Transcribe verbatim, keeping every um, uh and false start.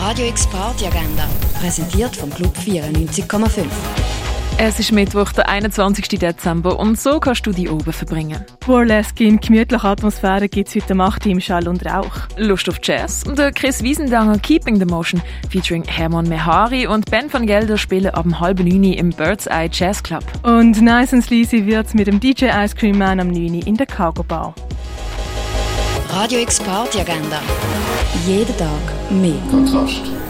Radio X Party Agenda, präsentiert vom Club vierundneunzig Komma fünf. Es ist Mittwoch, der einundzwanzigsten Dezember und so kannst du die oben verbringen. Burlesque in gemütlicher Atmosphäre gibt es heute Nacht im Schall und Rauch. Lust auf Jazz? Der Chris Wiesendanger Keeping the Motion featuring Hermann Mehari und Ben van Gelder spielen ab halb neun im Bird's Eye Jazz Club. Und Nice and Sleazy wird's mit dem D J Ice Cream Man am neun in der Cargo Bar. Radio X Party Agenda. Jeden Tag mehr. Kontrast.